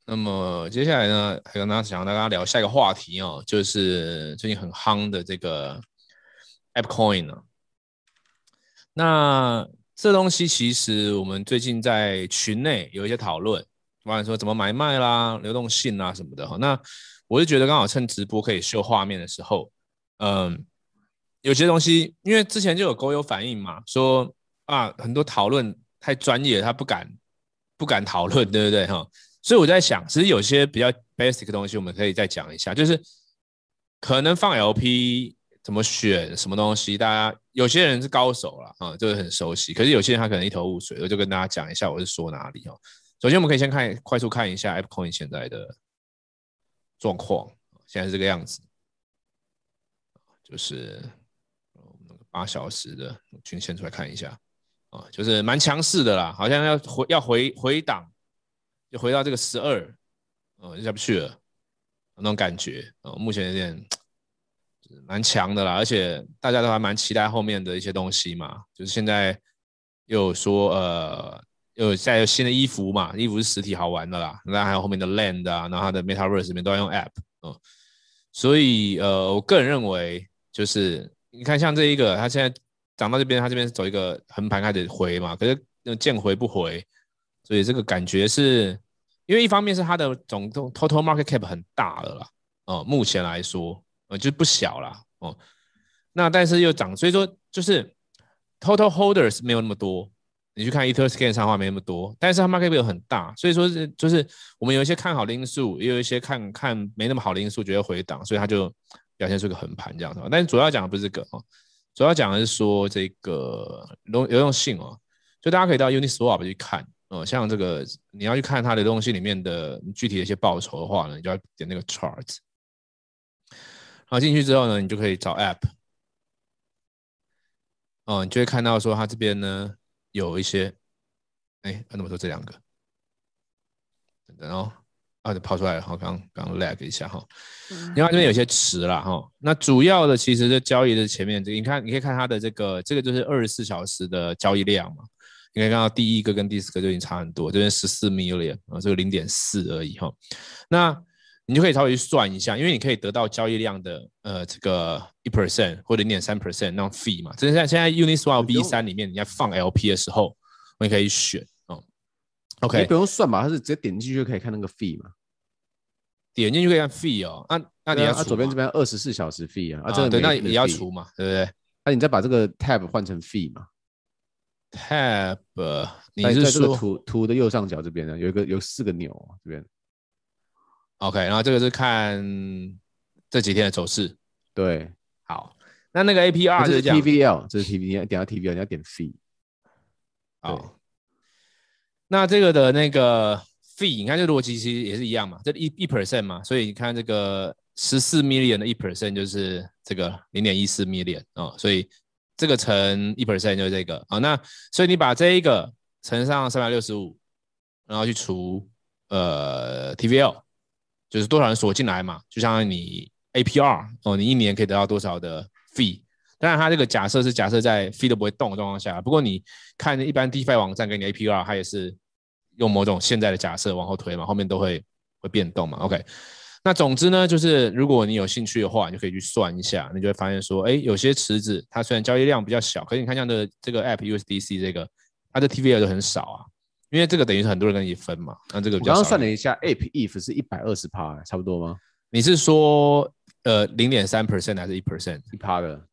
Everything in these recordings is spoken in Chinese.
那么接下来呢，还跟大家想跟大家聊下一个话题哦，就是最近很夯的这个 AppCoin 呢。那这东西其实我们最近在群内有一些讨论，包含说怎么买卖啦、流动性啦什么的哈。那我就觉得刚好趁直播可以秀画面的时候，嗯，有些东西因为之前就有狗友反映嘛，说啊很多讨论太专业，他不敢讨论，对不对哈？所以我在想，其实有些比较 basic 的东西，我们可以再讲一下，就是可能放 LP 怎么选什么东西，大家有些人是高手啦，就是很熟悉，可是有些人他可能一头雾水，我就跟大家讲一下我是说哪里哦。首先我们可以先快速看一下 AppCoin 现在的状况，现在是这个样子，就是8小时的均线出来看一下啊，就是蛮强势的啦，好像要回档，就回到这个12，就下不去了，那种感觉，目前有点蛮强的啦，而且大家都还蛮期待后面的一些东西嘛，就是现在又有说又再有新的衣服嘛，衣服是实体好玩的啦，那还有后面的 Land 啊，然后它的 Metaverse 里面都要用 App，所以我个人认为就是你看像这一个，它现在涨到这边，它这边是走一个横盘开始回嘛，可是见回不回，所以这个感觉是因为一方面是它的总 total market cap 很大了啦，目前来说。就不小啦，那但是又涨，所以说就是 total holders 没有那么多，你去看 Etherscan 上的话没那么多，但是它 market cap 很大，所以说就是我们有一些看好的因素，也有一些看没那么好的因素，觉得回档，所以它就表现出一个横盘这样子。但是主要讲的不是这个主要讲的是说这个流动性就大家可以到 Uniswap 去看像这个你要去看它的流动性里面的具体的一些报酬的话呢，你就要点那个 chart。然后进去之后呢，你就可以找 App，你就会看到说它这边呢有一些，那么说这两个，等等就跑出来了，刚 lag 一下因为它这边有些词啦那主要的其实是交易的前面这个，你可以看它的这个就是24小时的交易量嘛，你可以看到第一个跟第4个就已经差很多，这边14 million 这个0.4而已那你就可以稍微去算一下，因为你可以得到交易量的这个1% 或者0.3% 那种 fee 嘛。这是现在 Uniswap V3 里面你要放 LP 的时候，你可以选 OK， 你不用算吧，它是直接点进去就可以看那个 fee 嘛。 点进去可以看 fee 那你要除左边这边24小时 fee 这个对，那每天的也要除嘛，对不对？ 那你再把这个 tab 换成 fee 嘛。 tab 你是说在这个图的右上角这边呢，有4个钮这边。 OK， 然后这个是看这几天的走势。 对， 好，那个 APR 这是这样 TVL， 这是 TVL， 你要点到 TVL， 你要点 fee。 好，那这个的那个 fee， 你看这逻辑其实也是一样嘛，这1% 嘛，所以你看这个14 million 的1% 就是这个0.14 million 所以这个乘1% 就是这个那所以你把这一个乘上365，然后去除TVL， 就是多少人锁进来嘛，就相当于你 APR 你一年可以得到多少的 fee。当然，它这个假设是假设在 fee 都不会动的状况下，不过你看一般 DeFi 网站给你 APR， 它也是用某种现在的假设往后推嘛，后面都会变动嘛。OK， 那总之呢，就是如果你有兴趣的话，你就可以去算一下，你就会发现说，有些池子它虽然交易量比较小，可是你看像的这个 App USDC 这个，它的 TVL 就很少因为这个等于是很多人跟你分嘛，那这个比较少。 我刚刚算了一下 ，Ape ETH 是120%，差不多吗？ 你是说0.3% 还是1%？1% 的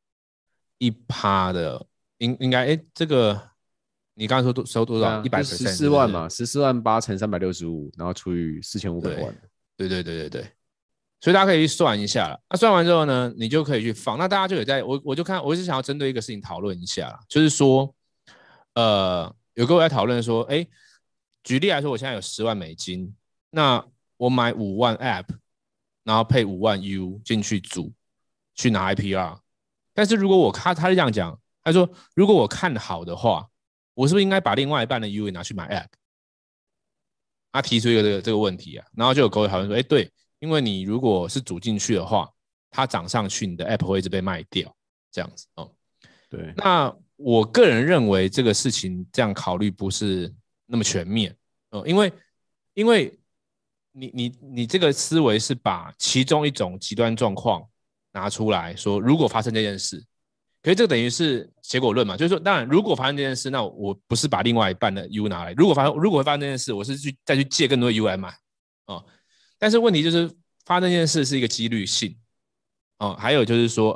，1%的，应该这个你刚才收多少？100%， 14万嘛，14万8乘365，然后除以4500万。 对，所以大家可以去算一下了。那算完之后呢，你就可以去放。那大家就有我就看，我是想要针对一个事情讨论一下，就是说，有各位在讨论说，举例来说，我现在有10万美金，那我买5万 App， 然后配5万 U 进去组，去拿 IPR。但是如果他是这样讲，他说如果我看好的话，我是不是应该把另外一半的 U 也拿去买 App？ 他提出一个这个问题然后就有各位讨论说，对，因为你如果是组进去的话，它涨上去，你的 App 会一直被卖掉，这样子对。 那我个人认为这个事情这样考虑不是那么全面因为你这个思维是把其中一种极端状况拿出来说，如果发生这件事，可是这个等于是结果论嘛，就是说，当然如果发生这件事，那我不是把另外一半的 U 拿来，如果会发生这件事，我是再去借更多的 U 来买哦。但是问题就是发生这件事是一个几率性哦，还有就是说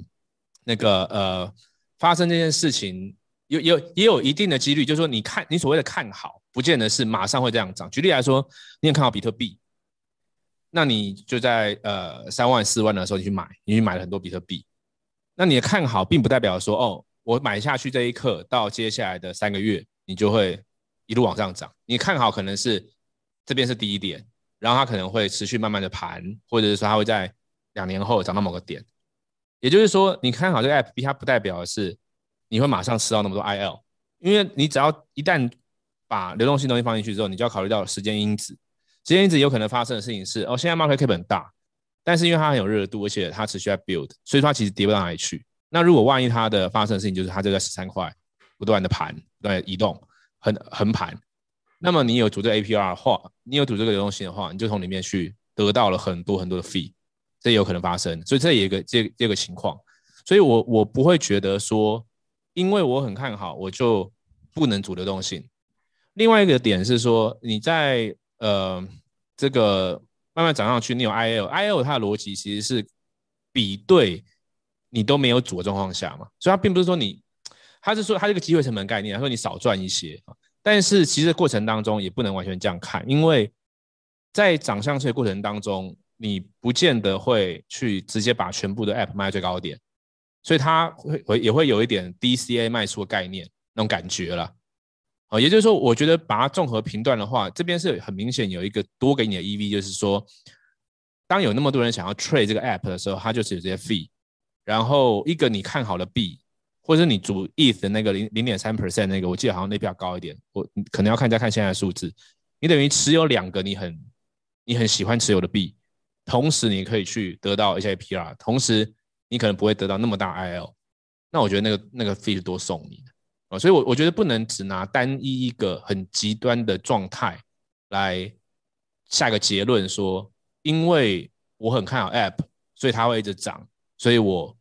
发生这件事情也有一定的几率，就是说你所谓的看好，不见得是马上会这样涨。举例来说，你也看好比特币，那你就在3万4万的时候你去买了很多比特币，那你的看好并不代表说哦，我买下去这一刻到接下来的3个月你就会一路往上涨，你看好可能是这边是低点，然后它可能会持续慢慢的盘，或者是说它会在2年后涨到某个点。也就是说，你看好这个 app， 它不代表的是你会马上吃到那么多 IL， 因为你只要一旦把流动性东西放进去之后，你就要考虑到时间因子。时间因子有可能發生的事情是，现在 market cap 很大，但是因为它很有热度，而且它持续在 build， 所以它其实跌不到哪里去。那如果万一它的发生的事情就是它就在13块不断的盘，不断的移动，横盘，那么你有组这个 APR 的话，你有组这个流动性的话，你就从里面去得到了很多很多的 fee。这也有可能发生，所以这也有这个情况，所以我不会觉得说，因为我很看好，我就不能主流动性。另外一个点是说，你在这个慢慢涨上去，你有 IL 它的逻辑其实是比对你都没有主的状况下嘛，所以它并不是说它是说它这个机会成本概念，说你少赚一些，但是其实过程当中也不能完全这样看，因为在涨上去的过程当中。你不见得会去直接把全部的 app 卖在最高点，所以它也会有一点 DCA 卖出的概念那种感觉啦。也就是说，我觉得把它综合评断的话，这边是很明显有一个多给你的 EV， 就是说，当有那么多人想要 trade 这个 app 的时候，它就是有这些 fee， 然后一个你看好的币，或者是你主 ETH 的那个 0.3% 那个，我记得好像那比较高一点，我可能要看现在的数字，你等于持有2个你很喜欢持有的币。同时你可以去得到一些 APR， 同时你可能不会得到那么大 IL， 那我觉得那个 fee 是多送你的，所以我觉得不能只拿单一一个很极端的状态来下个结论说，因为我很看好 app， 所以它会一直涨，所以我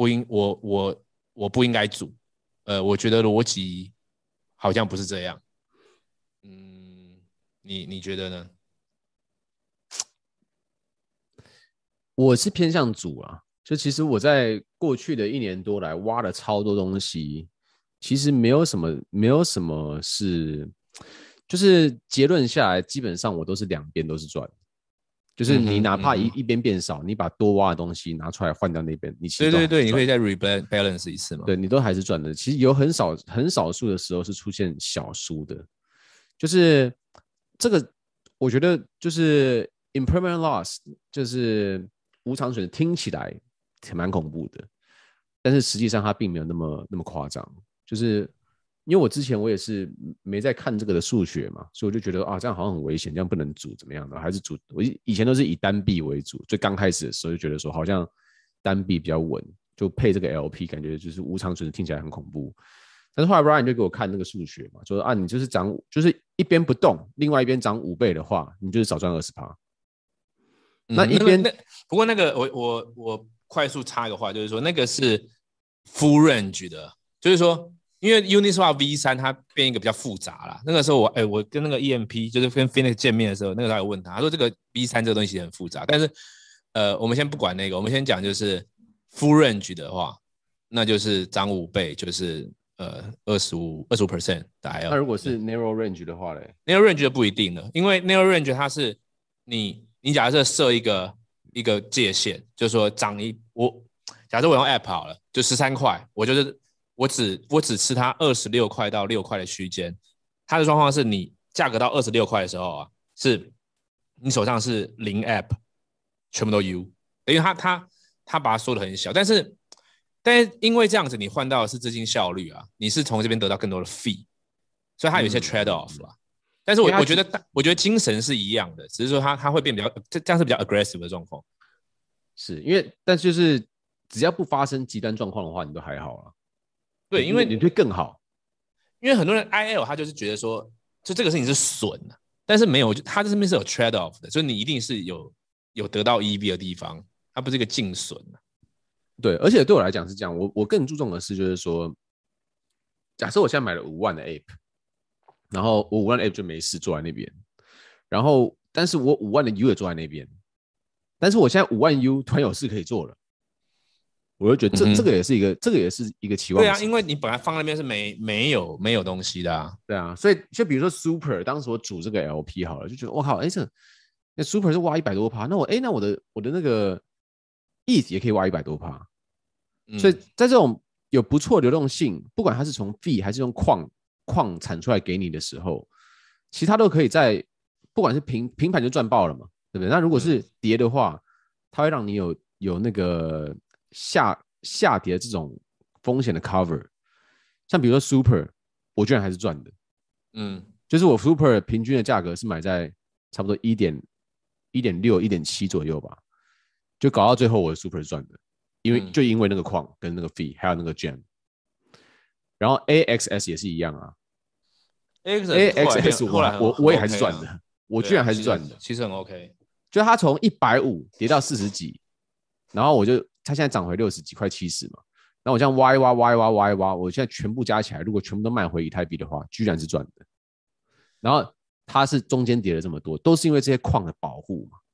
不应该组，我觉得逻辑好像不是这样，你觉得呢？ 我是偏向主啊，就其实我在过去的1年多来挖了超多东西，其实没有什么是，就是结论下来，基本上我都是2边都是赚，就是你哪怕一边变少，你把多挖的东西拿出来换掉那边，你其实对，你可以再 rebalance 一次嘛。 对，你都还是赚的。其实有很少数的时候是出现小输的，就是这个，我觉得就是 impermanent loss， 就是无偿损失，听起来蛮恐怖的，但是实际上它并没有那么夸张。就是因为我之前我也是没在看这个的数学嘛，所以我就觉得这样好像很危险，这样不能组怎么样的，还是组。我以前都是以单币为主，最刚开始的时候就觉得说好像单币比较稳，就配这个 LP， 感觉就是无偿损失听起来很恐怖。但是后来 Brian 就给我看那个数学嘛，说你就是就是一边不动，另外一边涨5倍的话，你就是少赚20%。那一边不过那个我快速插一个话，就是说那个是 full range 的，就是说因为 Uniswap V3 它变一个比较复杂啦。那个时候我跟那个 EMP 就是跟 Phoenix 见面的时候，那个时候有问他说这个 V3 这个东西很复杂，但是我们先不管那个，我们先讲就是 full range 的话，那就是涨5倍，就是25% 的 IL。 那如果是 narrow range 的话嘞 ，narrow range 就不一定了，因为 narrow range 它是你假设设一个界限，就是说假设我用 app 好了，就13块，我只吃它26块到6块的区间。它的状况是你价格到26块的时候啊，是你手上是0 app， 全部都 U， 等于它把它缩得很小，但是因为这样子你换到的是资金效率啊，你是从这边得到更多的 fee， 所以它有一些 trade off 啦。但是我觉得精神是一样的，只是说它会变比较这样是比较 aggressive 的状况。 是因为，但就是只要不发生极端状况的话，你都还好啊。 对，因为你会更好。 因为很多人 IL 他就是觉得说，就这个事情是损的， 但是没有，它这边是有 trade off 的，所以你一定是有得到 EV 的地方，它不是一个净损。 对，而且对我来讲是这样，我更注重的是就是说，假设我现在买了5万的 app， 然后我5万的 app 就没事坐在那边，然后但是我5万的 U 也坐在那边，但是我现在5万 U 突然有事可以做了，我就觉得这个也是一个期望值。 对啊，因为你本来放那边是没有东西的啊。 对啊，所以就比如说 Super， 当时我组这个 LP 好了，就觉得我靠，那 Super 是挖100多%，那我的那个 ETH 也可以挖100多%，所以在这种有不错流动性，不管它是从 fee 还是用矿产出来给你的时候，其他都可以在不管是平盘就赚爆了嘛，对不对？那如果是跌的话，它会让你有那个下跌这种风险的 cover， 像比如说 Super， 我居然还是赚的，就是我 Super 平均的价格是买在差不多1.6、1.7左右吧，就搞到最后我的 Super 是赚的，因为那个矿跟那个 fee 还有那个 gem， 然后 AXS 也是一样啊 ，AXS 我也还是赚的，我居然还是赚的， 其实很 OK， 就它从150跌到40几，然后它现在涨回60几快70嘛，然后我这样挖一挖，我现在全部加起来，如果全部都卖回以太币的话，居然是赚的。然后它是中间跌了这么多，都是因为这些矿的保护嘛。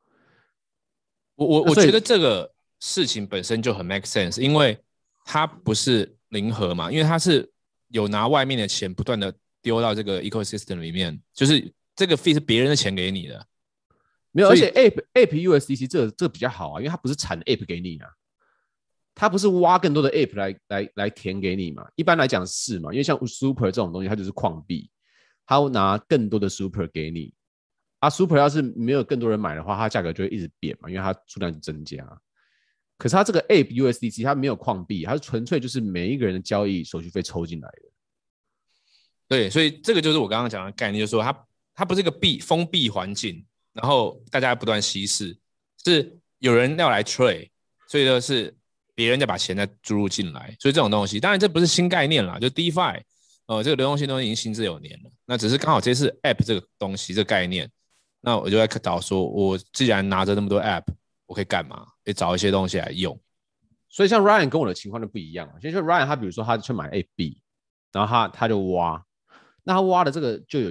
我觉得这个事情本身就很 make sense， 因为它不是零和嘛，因为它是有拿外面的钱不断的丢到这个 ecosystem 里面，就是这个 fee 是别人的钱给你的。 没有，而且 Ape USDC 这比较好啊，因为它不是产 Ape 给你啊，它不是挖更多的 Ape 来填给你嘛。一般来讲是嘛，因为像 Super 这种东西，它就是矿币，它会拿更多的 Super 给你。啊 ，Super 要是没有更多人买的话，它价格就会一直贬嘛，因为它数量增加。可是它这个 Ape USDC 它没有矿币，它是纯粹就是每一个人的交易手续费抽进来的。 对，所以这个就是我刚刚讲的概念，就是说它不是一个封闭环境，然后大家不断稀释，是有人要来 trade， 所以就是别人再把钱再注入进来，所以这种东西，当然这不是新概念啦，就 DeFi，这个流动性东西已经行之有年了，那只是刚好这次 App 这个东西这个概念，那我就在找说，我既然拿着那么多 App， 我可以干嘛？可以找一些东西来用。 所以像 Ryan 跟我的情况就不一样，就 Ryan 他比如说他去买 Ape币，然后他就挖。那他挖的这个就有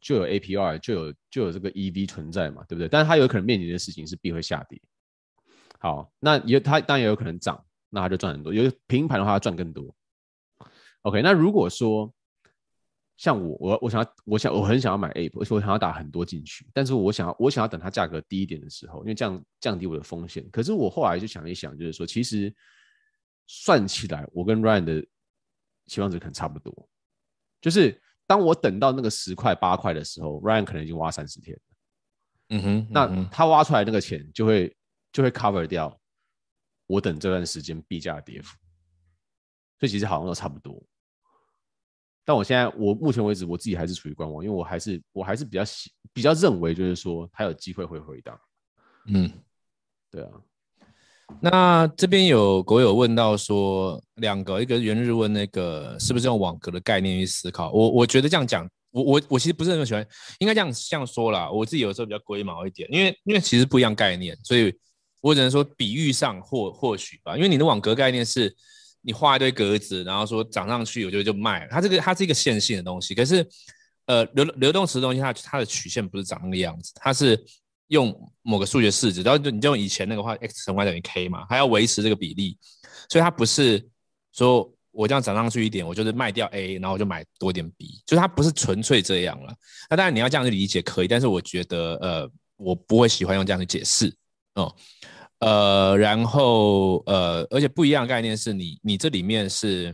APR， 就有这个 EV 存在嘛，对不对？但是他有可能面临的事情是币会下跌。好，那他当然也有可能涨，那他就赚很多。有平盘的话，他赚更多。OK， 那如果说像我很想要买 Ape， 而且我想要打很多进去，但是我想要等它价格低一点的时候，因为这样降低我的风险。可是我后来就想一想，就是说其实算起来，我跟 Ryan 的期望值可能差不多，就是。当我等到那个10块8块的时候 ，Ryan 可能已经挖30天了。那他挖出来那个钱就会 cover 掉我等这段时间币价的跌幅，所以其实好像都差不多。但我目前为止我自己还是处于观望，因为我还是比较认为就是说他有机会会回档。对啊。 那这边有狗友问到说2个，一个元日问那个是不是用网格的概念去思考，我觉得这样讲，我其实不是很喜欢，应该这样说啦，我自己有时候比较龟毛一点，因为其实不一样概念，所以我只能说比喻上或许吧，因为你的网格概念是你画一堆格子，然后说涨上去我觉得就卖了，它是一个线性的东西，可是流动池的东西它的曲线不是长那个样子，它是用某个数学式子，然后你就用以前那个话 x 乘 y 等于 k 嘛，还要维持这个比例，所以它不是说我这样涨上去一点，我就是卖掉 A， 然后我就买多一点 B， 就是它不是纯粹这样了。那当然你要这样去理解可以，但是我觉得我不会喜欢用这样去解释哦。然后而且不一样的概念是你这里面是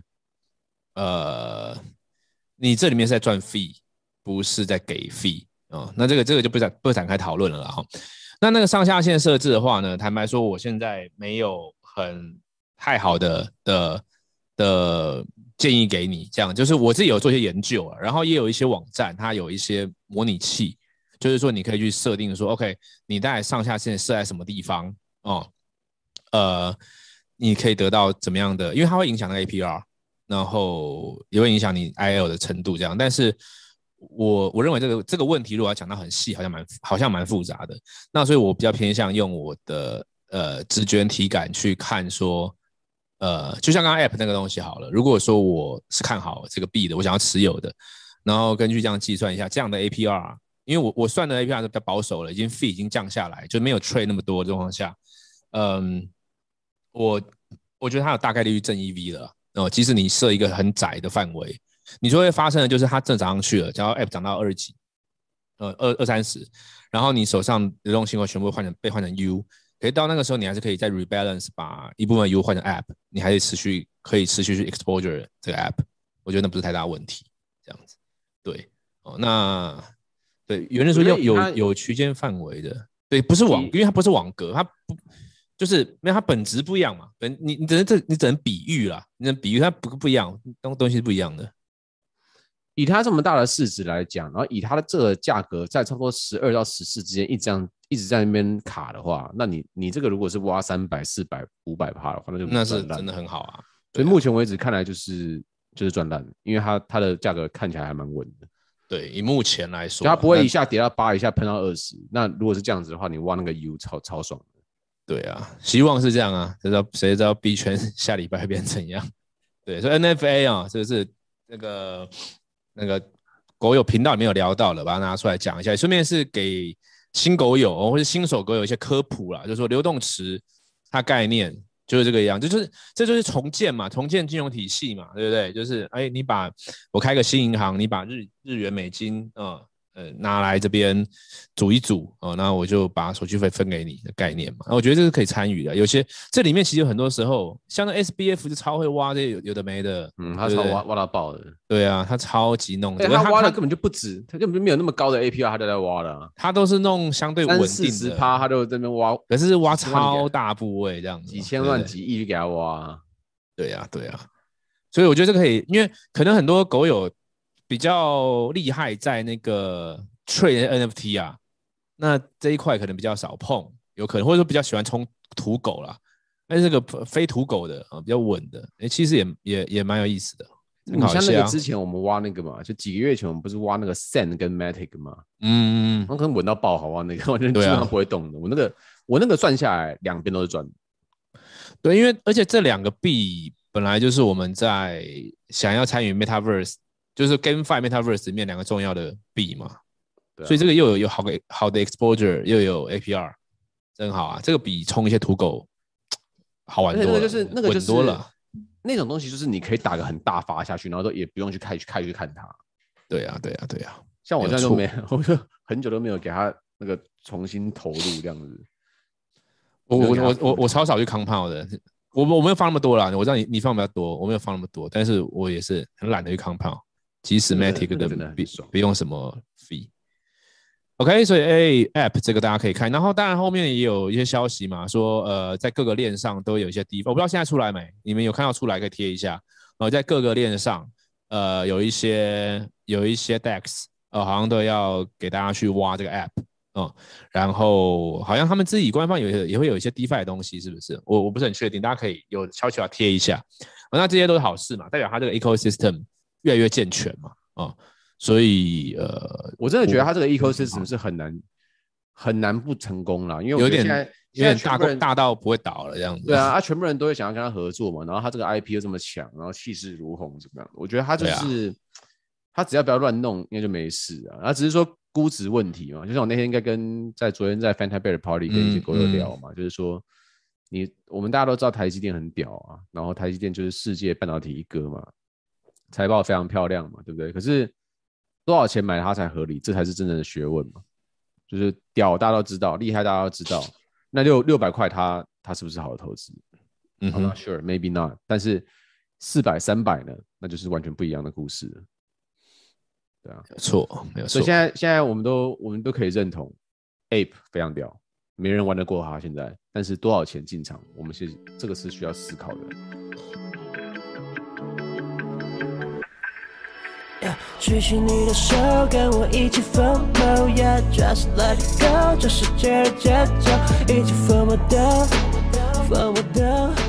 你这里面是在赚 fee， 不是在给 fee。那这个就不展开讨论了啦哈。那个上下限设置的话呢，坦白说，我现在没有太好的建议给你，这样就是我自己有做一些研究啊，然后也有一些网站它有一些模拟器，就是说你可以去设定说 ，OK， 你大概上下限设在什么地方哦，你可以得到怎么样的，因为它会影响那个 APR， 然后也会影响你 IL 的程度这样，但是我认为这个问题如果要讲到很细，好像蛮复杂的。那所以我比较偏向用我的直觉体感去看说，就像刚刚 App 那个东西好了，如果说我是看好这个币的，我想要持有的，然后根据这样计算一下这样的 APR， 因为我算的 APR 是比较保守了，fee 已经降下来，就没有 trade 那么多的状况下，我觉得它有大概率正 EV 了，即使你设一个很窄的范围。你就会发生的就是它正涨上去了，假如 App 涨到20几，20-30，然后你手上流动性会全部被换成 U， 可是到那个时候你还是可以再 rebalance， 把一部分 U 换成 App， 你还可以持续去 exposure 这个 App， 我觉得那不是太大问题，这样子，对，那对有人说有区间范围的，对，不是因为它不是网格，它不。就是没有它本质不一样嘛，你只能比喻啦，你只能比喻它不一样，东西是不一样的。 以它这么大的市值来讲，然后以它的这个价格在差不多12到14之间一直在那边卡的话，那你这个如果是挖300、400、500%的话， 那是真的很好啊。 所以目前为止看来就是赚烂，因为它的价格看起来还蛮稳的。 对，以目前来说， 它不会一下跌到8，一下喷到20。那如果是这样子的话，你挖那个 U 超爽的。 对啊，希望是这样啊，谁知道币圈下礼拜变怎样？对，所以 NFA 啊，这是那个狗友频道里面有聊到了，把它拿出来讲一下，顺便是给新狗友或者新手狗友一些科普啦，就是说流动池它概念就是这个样，这就是重建嘛，重建金融体系嘛，对不对？就是我开个新银行，你把日元美金拿来这边组一组那我就把手续费分给你的概念嘛。我觉得这是可以参与的。有些这里面其实很多时候，像那 SBF 就超会挖这些有的没的， 他超挖到爆的。 对啊，他超级弄， 他挖的根本就不止，他根本就没有那么高的 APR， 他就在挖了。 他都是弄相对稳定的 30%，他就在那边挖， 可是挖超大部位这样子， 几千万、几亿给他挖。 对啊，对啊。所以我觉得这个可以，因为可能很多狗友比较厉害在那个 trade NFT 啊，那这一块可能比较少碰，有可能或者说比较喜欢冲土狗啦，但是这个非土狗的比较稳的，其实也蛮有意思的。 你像那个之前我们挖那个嘛，就几个月前我们不是挖那个 Sen 跟 Matic 嘛，那可能稳到爆，好挖那个完全基本上不会动的。我那个算下来两边都是赚的。 对，因为而且这两个币本来就是我们在想要参与 Metaverse， 就是 GameFi Metaverse 里面两个重要的币嘛，所以这个又有好的 exposure， 又有 APR， 真好啊！这个比冲一些土狗好玩多了， 那个就是稳多了。 那种东西就是你可以打个很大发下去，然后都也不用去看它。 对啊。 像我现在就没有，我就很久都没有给他那个重新投入这样子。 我超少去compound的，我没有放那么多啦。我知道你放比较多，我没有放那么多，但是我也是很懒得去compound，即使 Matic 的不用什么 fee。OK， 所以App 这个大家可以看，然后当然后面也有一些消息嘛，说在各个链上都有一些DeFi，我不知道现在出来没，你们有看到出来可以贴一下。在各个链上有一些 DEX 好像都要给大家去挖这个 App，然后好像他们自己官方也会有一些 DeFi 的东西，是不是？我不是很确定，大家可以有悄悄贴一下。那这些都是好事嘛，代表它这个 ecosystem 越来越健全嘛，所以我真的觉得它这个 ecosystem 是很难不成功啦，因为我觉得有点大到不会倒了这样子。 对啊，全部人都会想要跟他合作嘛，然后他这个 IP 又这么强，然后气势如虹怎么样？我觉得他就是他只要不要乱弄，应该就没事啊。他只是说估值问题嘛，就像我那天应该昨天在 Fanta Bear Party 跟一些狗友聊嘛，就是说我们大家都知道台积电很屌啊，然后台积电就是世界半导体一哥嘛，财报非常漂亮嘛，对不对？可是多少钱买它才合理？这才是真正的学问嘛。就是屌大家都知道，厉害大家都知道，那600块它是不是好的投资？I'm not sure, maybe not。但是400、300呢，那就是完全不一样的故事了。对啊， 没有错。 所以现在我们都可以认同 Ape 非常屌，没人玩得过它现在。但是多少钱进场，我们这个是需要思考的。 举起你的手，跟我一起疯魔 Yeah, just let it go， 这世界的节奏，一起疯魔的，疯魔的。